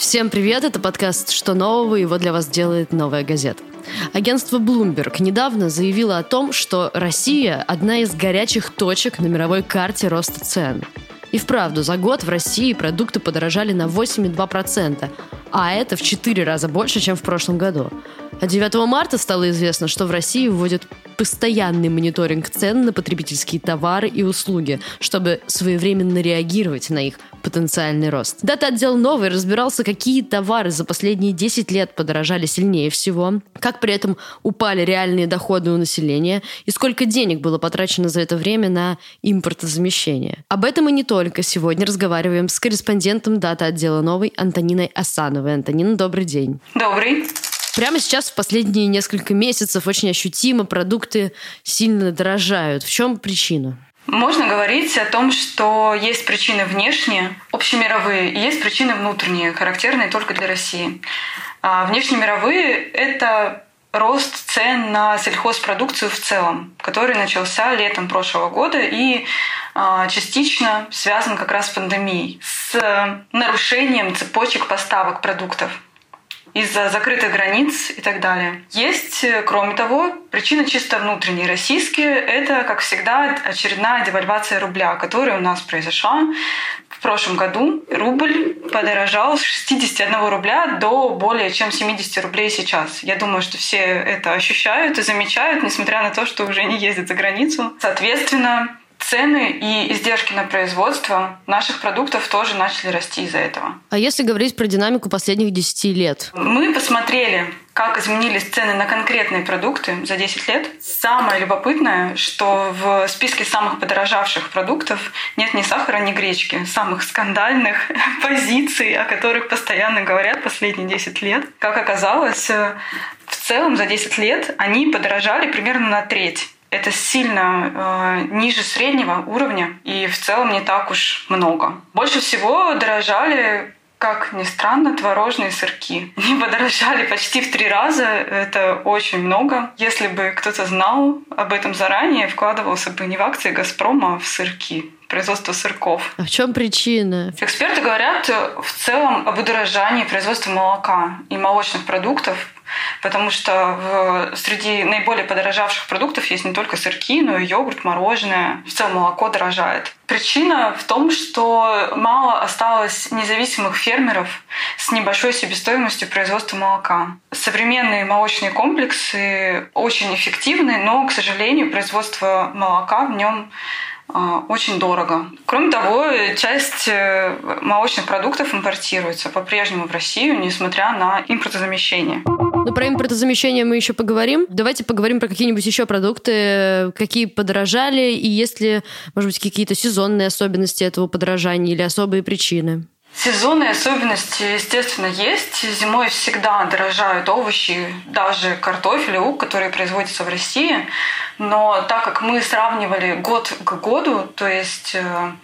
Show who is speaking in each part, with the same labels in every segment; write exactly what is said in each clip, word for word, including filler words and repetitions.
Speaker 1: Всем привет, это подкаст «Что нового?», его для вас делает «Новая газета». Агентство Bloomberg недавно заявило о том, что Россия – одна из горячих точек на мировой карте роста цен. И вправду, за год в России продукты подорожали на восемь целых два десятых процента, а это в четыре раза больше, чем в прошлом году. А девятого марта стало известно, что в России вводят постоянный мониторинг цен на потребительские товары и услуги, чтобы своевременно реагировать на их потенциальный рост. Дата-отдел «Новый» разбирался, какие товары за последние десять лет подорожали сильнее всего, как при этом упали реальные доходы у населения и сколько денег было потрачено за это время на импортозамещение. Об этом и не только. Сегодня разговариваем с корреспондентом дата-отдела «Новый» Антониной Асановой. Антонина, добрый день.
Speaker 2: Добрый.
Speaker 1: Прямо сейчас, в последние несколько месяцев, очень ощутимо продукты сильно дорожают. В чем причина?
Speaker 2: Можно говорить о том, что есть причины внешние, общемировые, и есть причины внутренние, характерные только для России. А внешнемировые – это рост цен на сельхозпродукцию в целом, который начался летом прошлого года и частично связан как раз с пандемией, с нарушением цепочек поставок продуктов из-за закрытых границ и так далее. Есть, кроме того, причины чисто внутренние, российские. Это, как всегда, очередная девальвация рубля, которая у нас произошла в прошлом году. Рубль подорожал с шестидесяти одного рубля до более чем семидесяти рублей сейчас. Я думаю, что все это ощущают и замечают, несмотря на то, что уже не ездят за границу. Соответственно, цены и издержки на производство наших продуктов тоже начали расти из-за этого.
Speaker 1: А если говорить про динамику последних десяти лет?
Speaker 2: Мы посмотрели, как изменились цены на конкретные продукты за десять лет. Самое любопытное, что в списке самых подорожавших продуктов нет ни сахара, ни гречки. Самых скандальных позиций, о которых постоянно говорят последние десять лет. Как оказалось, в целом за десять лет они подорожали примерно на треть. Это сильно э, ниже среднего уровня и в целом не так уж много. Больше всего дорожали, как ни странно, творожные сырки. Они подорожали почти в три раза. Это очень много. Если бы кто-то знал об этом заранее, вкладывался бы не в акции «Газпрома», а в сырки. Производство сырков.
Speaker 1: А в чем причина?
Speaker 2: Эксперты говорят в целом об удорожании производства молока и молочных продуктов, потому что в, среди наиболее подорожавших продуктов есть не только сырки, но и йогурт, мороженое. В целом молоко дорожает. Причина в том, что мало осталось независимых фермеров с небольшой себестоимостью производства молока. Современные молочные комплексы очень эффективны, но, к сожалению, производство молока в нем очень дорого. Кроме того, часть молочных продуктов импортируется по-прежнему в Россию, несмотря на импортозамещение.
Speaker 1: Ну, про импортозамещение мы еще поговорим. Давайте поговорим про какие-нибудь еще продукты, какие подорожали, и есть ли, может быть, какие-то сезонные особенности этого подорожания или особые причины.
Speaker 2: Сезонные особенности, естественно, есть. Зимой всегда дорожают овощи, даже картофель и лук, которые производятся в России. Но так как мы сравнивали год к году, то есть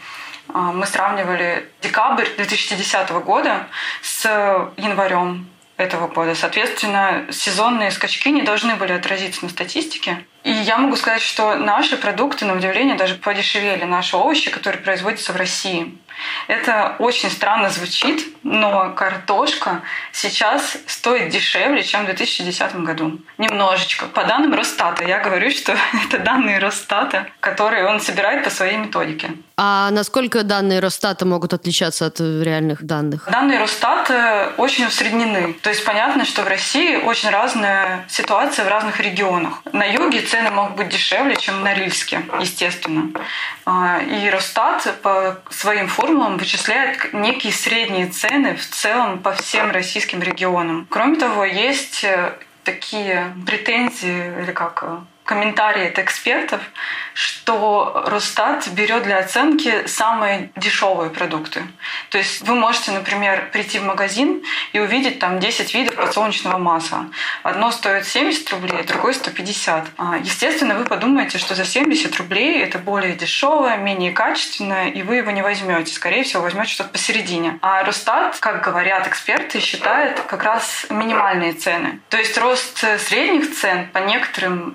Speaker 2: мы сравнивали декабрь две тысячи десятого года с январем этого года. Соответственно, сезонные скачки не должны были отразиться на статистике. И я могу сказать, что наши продукты, на удивление, даже подешевели, наши овощи, которые производятся в России. Это очень странно звучит, но картошка сейчас стоит дешевле, чем в две тысячи десятом году. Немножечко. По данным Росстата. Я говорю, что это данные Росстата, которые он собирает по своей методике.
Speaker 1: А насколько данные Росстата могут отличаться от реальных данных?
Speaker 2: Данные Росстата очень усреднены. То есть понятно, что в России очень разная ситуация в разных регионах. На юге цены могут быть дешевле, чем в Норильске, естественно. И Росстат по своим формулам вычисляет некие средние цены в целом по всем российским регионам. Кроме того, есть такие претензии или как комментарии от экспертов, что Росстат берет для оценки самые дешевые продукты. То есть вы можете, например, прийти в магазин и увидеть там десять видов подсолнечного масла. Одно стоит семьдесят рублей, другое сто пятьдесят. Естественно, вы подумаете, что за семьдесят рублей это более дешевое, менее качественное, и вы его не возьмете. Скорее всего, возьмете что-то посередине. А Росстат, как говорят эксперты, считает как раз минимальные цены. То есть рост средних цен по некоторым позициям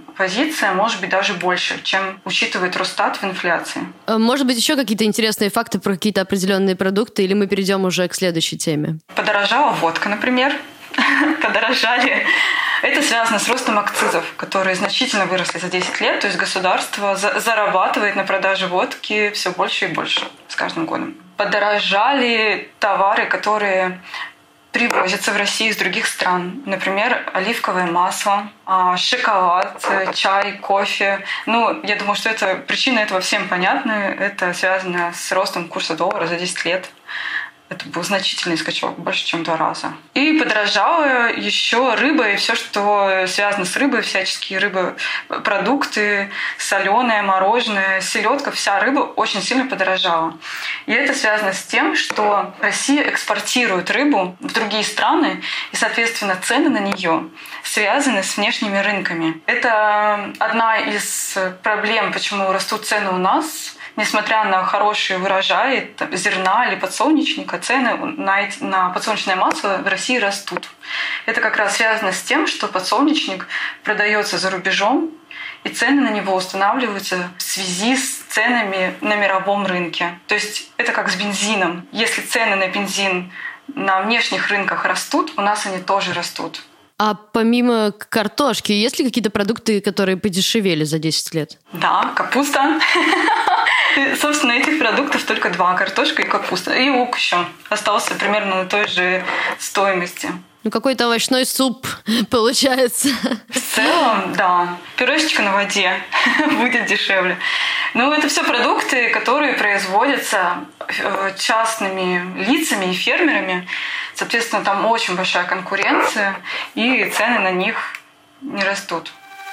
Speaker 2: позиция может быть даже больше, чем учитывает Росстат в инфляции.
Speaker 1: Может быть, еще какие-то интересные факты про какие-то определенные продукты, или мы перейдем уже к следующей теме?
Speaker 2: Подорожала водка, например. Подорожали. Это связано с ростом акцизов, которые значительно выросли за десять лет. То есть государство за- зарабатывает на продаже водки все больше и больше с каждым годом. Подорожали товары, которые привозятся в Россию из других стран. Например, оливковое масло, шоколад, чай, кофе. Ну, я думаю, что это, причины этого всем понятны. Это связано с ростом курса доллара за десять лет. Это был значительный скачок, больше, чем в два раза. И подорожала еще рыба и все, что связано с рыбой, всяческие рыбопродукты, соленое, мороженое, селедка, вся рыба очень сильно подорожала. И это связано с тем, что Россия экспортирует рыбу в другие страны, и, соответственно, цены на нее связаны с внешними рынками. Это одна из проблем, почему растут цены у нас. Несмотря на хорошие урожаи зерна или подсолнечника, цены на, эти, на подсолнечное масло в России растут. Это как раз связано с тем, что подсолнечник продается за рубежом, и цены на него устанавливаются в связи с ценами на мировом рынке. То есть это как с бензином. Если цены на бензин на внешних рынках растут, у нас они тоже растут.
Speaker 1: А помимо картошки, есть ли какие-то продукты, которые подешевели за десять лет?
Speaker 2: Да, капуста. Собственно, этих продуктов только два: картошка и капуста. И лук еще остался примерно на той же стоимости.
Speaker 1: Ну, какой-то овощной суп получается.
Speaker 2: В целом, да. Пюрешечка на воде будет дешевле. Но это все продукты, которые производятся частными лицами и фермерами. Соответственно, там очень большая конкуренция, и цены на них не растут.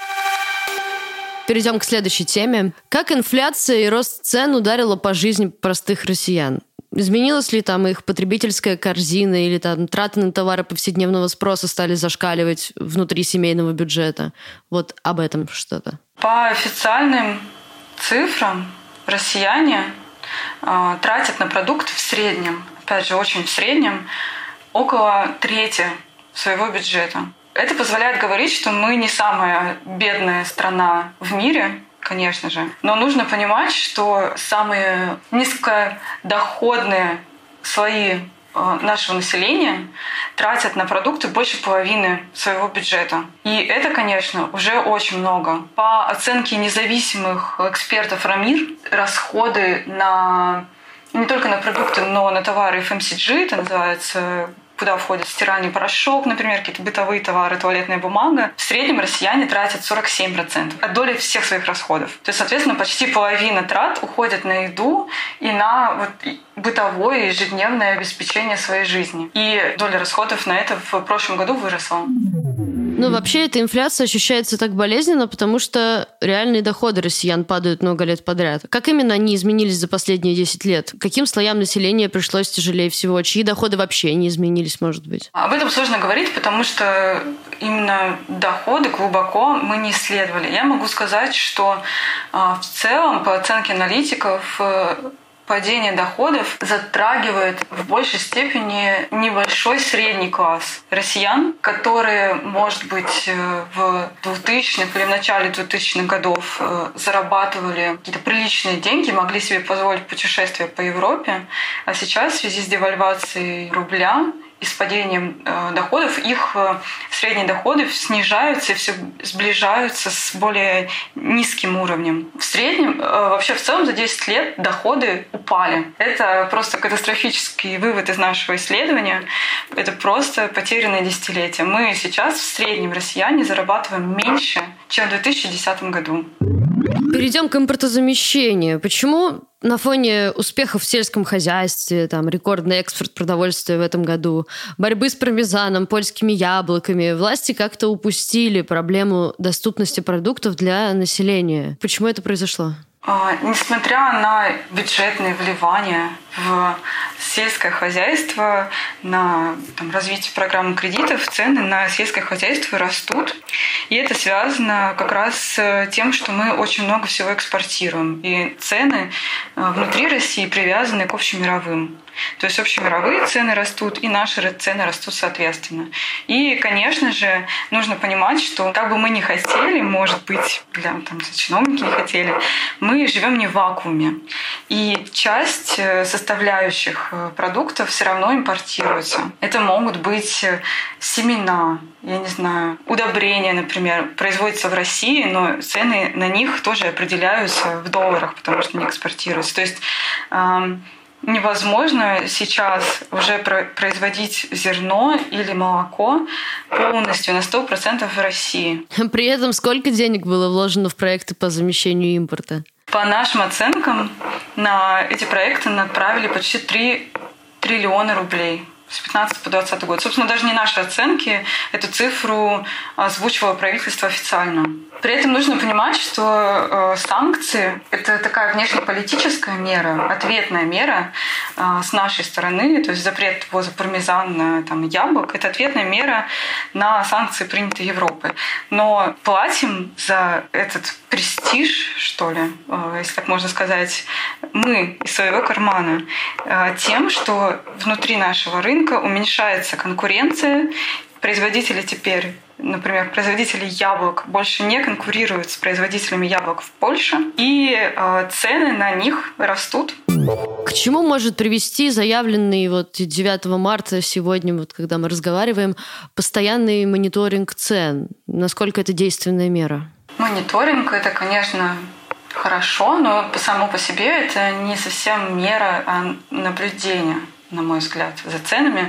Speaker 1: Перейдем к следующей теме. Как инфляция и рост цен ударила по жизни простых россиян? Изменилась ли там их потребительская корзина, или там траты на товары повседневного спроса стали зашкаливать внутри семейного бюджета? Вот об этом что-то.
Speaker 2: По официальным цифрам россияне э, тратят на продукты в среднем, опять же, очень в среднем, около трети своего бюджета. Это позволяет говорить, что мы не самая бедная страна в мире, конечно же. Но нужно понимать, что самые низкодоходные слои нашего населения тратят на продукты больше половины своего бюджета. И это, конечно, уже очень много. По оценке независимых экспертов РАМИР, расходы на не только на продукты, но на товары эф эм си джи, это называется, куда входит стиральный порошок, например, какие-то бытовые товары, туалетная бумага, в среднем россияне тратят сорок семь процентов от доли всех своих расходов. То есть, соответственно, почти половина трат уходит на еду и на вот бытовое ежедневное обеспечение своей жизни. И доля расходов на это в прошлом году выросла.
Speaker 1: Ну, вообще, эта инфляция ощущается так болезненно, потому что реальные доходы россиян падают много лет подряд. Как именно они изменились за последние десять лет? Каким слоям населения пришлось тяжелее всего? Чьи доходы вообще не изменились, может быть?
Speaker 2: Об этом сложно говорить, потому что именно доходы глубоко мы не исследовали. Я могу сказать, что в целом, по оценке аналитиков, падение доходов затрагивает в большей степени небольшой средний класс россиян, которые, может быть, в двухтысячных или в начале двухтысячных годов зарабатывали какие-то приличные деньги, могли себе позволить путешествия по Европе, а сейчас в связи с девальвацией рубля и с падением э, доходов, их э, средние доходы снижаются и все сближаются с более низким уровнем. В среднем, э, вообще в целом за десять лет доходы упали. Это просто катастрофический вывод из нашего исследования. Это просто потерянное десятилетие. Мы сейчас в среднем, россияне, зарабатываем меньше, чем в две тысячи десятом году.
Speaker 1: Перейдем к импортозамещению. Почему на фоне успехов в сельском хозяйстве, там, рекордный экспорт продовольствия в этом году, борьбы с пармезаном, польскими яблоками, власти как-то упустили проблему доступности продуктов для населения? Почему это произошло?
Speaker 2: Несмотря на бюджетные вливания в сельское хозяйство, на там, развитие программ кредитов, цены на сельское хозяйство растут. И это связано как раз с тем, что мы очень много всего экспортируем. И цены внутри России привязаны к общемировым. То есть общемировые цены растут, и наши цены растут соответственно. И, конечно же, нужно понимать, что как бы мы ни хотели, может быть, для там, чиновники не хотели, мы живем не в вакууме. И часть составляющих продуктов все равно импортируется. Это могут быть семена, я не знаю, удобрения, например, производятся в России, но цены на них тоже определяются в долларах, потому что они экспортируются. То есть невозможно сейчас уже производить зерно или молоко полностью на сто процентов в России.
Speaker 1: При этом сколько денег было вложено в проекты по замещению импорта?
Speaker 2: По нашим оценкам, на эти проекты направили почти три триллиона рублей с пятнадцатого по двадцатый год. Собственно, даже не наши оценки, эту цифру озвучивало правительство официально. При этом нужно понимать, что санкции – это такая внешнеполитическая мера, ответная мера с нашей стороны, то есть запрет ввоза пармезана, там, яблок – это ответная мера на санкции, принятые Европой. Но платим за этот престиж, что ли, если так можно сказать, мы из своего кармана тем, что внутри нашего рынка уменьшается конкуренция, производители теперь, например, производители яблок больше не конкурируют с производителями яблок в Польше, и э, цены на них растут.
Speaker 1: К чему может привести заявленный вот девятого марта сегодня, вот когда мы разговариваем, постоянный мониторинг цен? Насколько это действенная мера?
Speaker 2: Мониторинг – это, конечно, хорошо, но само по себе это не совсем мера, а наблюдение, на мой взгляд, за ценами.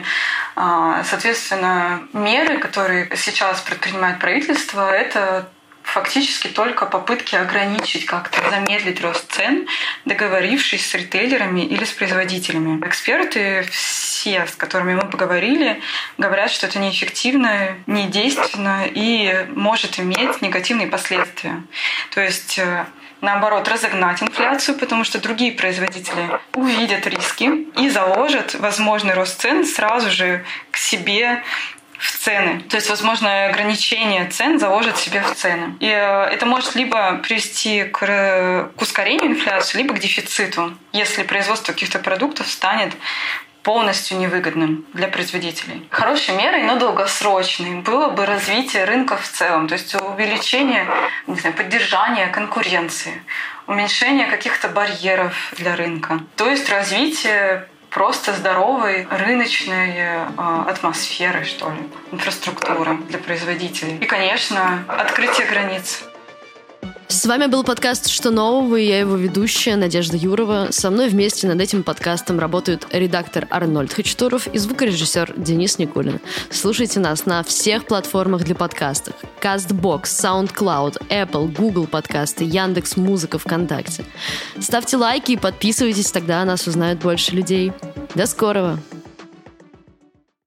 Speaker 2: Соответственно, меры, которые сейчас предпринимает правительство, это фактически только попытки ограничить, как-то замедлить рост цен, договорившись с ритейлерами или с производителями. Эксперты, все, с которыми мы поговорили, говорят, что это неэффективно, недейственно и может иметь негативные последствия. То есть наоборот, разогнать инфляцию, потому что другие производители увидят риски и заложат возможный рост цен сразу же к себе в цены. То есть, возможно, ограничение цен заложит себе в цены. И это может либо привести к, к ускорению инфляции, либо к дефициту, если производство каких-то продуктов станет полностью невыгодным для производителей. Хорошей мерой, но долгосрочной было бы развитие рынка в целом, то есть увеличение, не знаю, поддержание конкуренции, уменьшение каких-то барьеров для рынка, то есть развитие просто здоровой рыночной э, атмосферы, что ли, инфраструктуры для производителей. И, конечно, открытие границ.
Speaker 1: С вами был подкаст «Что нового?» и я его ведущая Надежда Юрова. Со мной вместе над этим подкастом работают редактор Арнольд Хачатуров и звукорежиссер Денис Никулин. Слушайте нас на всех платформах для подкастов: CastBox, SoundCloud, Apple, Google подкасты, Яндекс.Музыка, ВКонтакте. Ставьте лайки и подписывайтесь, тогда нас узнают больше людей. До скорого!